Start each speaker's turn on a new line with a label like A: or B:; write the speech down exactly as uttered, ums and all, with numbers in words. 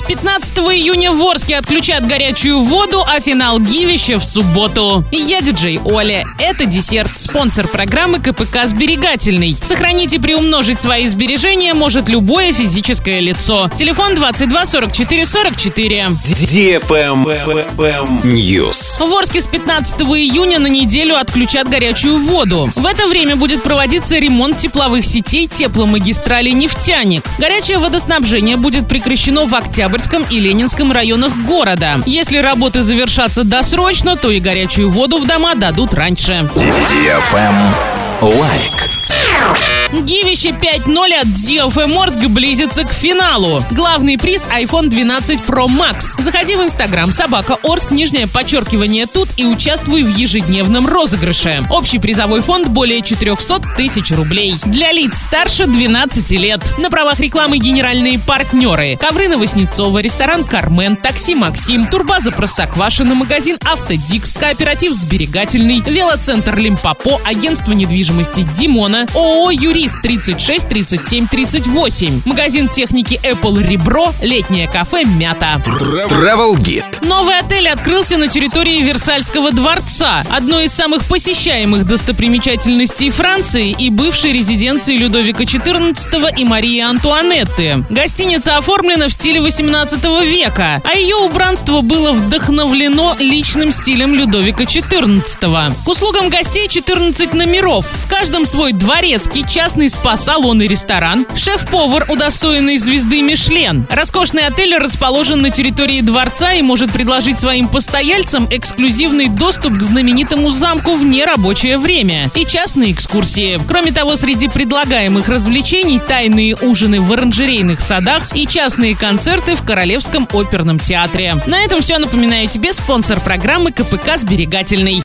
A: пятнадцатого июня в Орске отключат горячую воду, а финал Гивища в субботу. Я диджей Оля. Это десерт. Спонсор программы КПК «Сберегательный». Сохранить и приумножить свои сбережения может любое физическое лицо. Телефон двадцать два сорок четыре сорок четыре.
B: News.
A: В Орске с пятнадцатого июня на неделю отключат горячую воду. В это время будет проводиться ремонт тепловых сетей тепломагистрали «Нефтяник». Горячее водоснабжение будет прекращено в Октябрьском и Ленинском районах города. Если работы завершатся досрочно, то и горячую воду в дома дадут раньше.
B: Лайк.
A: Гивище пять ноль от ди эф эм Орск близится к финалу. Главный приз айфон двенадцать про макс. Заходи в инстаграм собака Орск, нижнее подчеркивание тут и участвуй в ежедневном розыгрыше. Общий призовой фонд более четыреста тысяч рублей. Для лиц старше двенадцати лет. На правах рекламы генеральные партнеры: Ковры Новоснецова, ресторан Кармен, такси Максим, турбаза Простоквашино, магазин Автодикс, кооператив Сберегательный, велоцентр Лимпопо, агентство недвижимости Димона, ООО Юрист тридцать шесть тридцать семь тридцать восемь, магазин техники Apple Ребро, летнее кафе Мята.
B: Travel Guide.
A: Новый отель открылся на территории Версальского дворца, одной из самых посещаемых достопримечательностей Франции и бывшей резиденции Людовика четырнадцатого и Марии Антуанетты. Гостиница оформлена в стиле восемнадцатого века, а ее убранство было вдохновлено личным стилем Людовика четырнадцатого. К услугам гостей четырнадцать номеров. В каждом свой дворецкий, частный спа-салон и ресторан, шеф-повар, удостоенный звезды Мишлен. Роскошный отель расположен на территории дворца и может предложить своим постояльцам эксклюзивный доступ к знаменитому замку в нерабочее время и частные экскурсии. Кроме того, среди предлагаемых развлечений тайные ужины в оранжерейных садах и частные концерты в Королевском оперном театре. На этом все. Напоминаю тебе спонсор программы КПК «Сберегательный».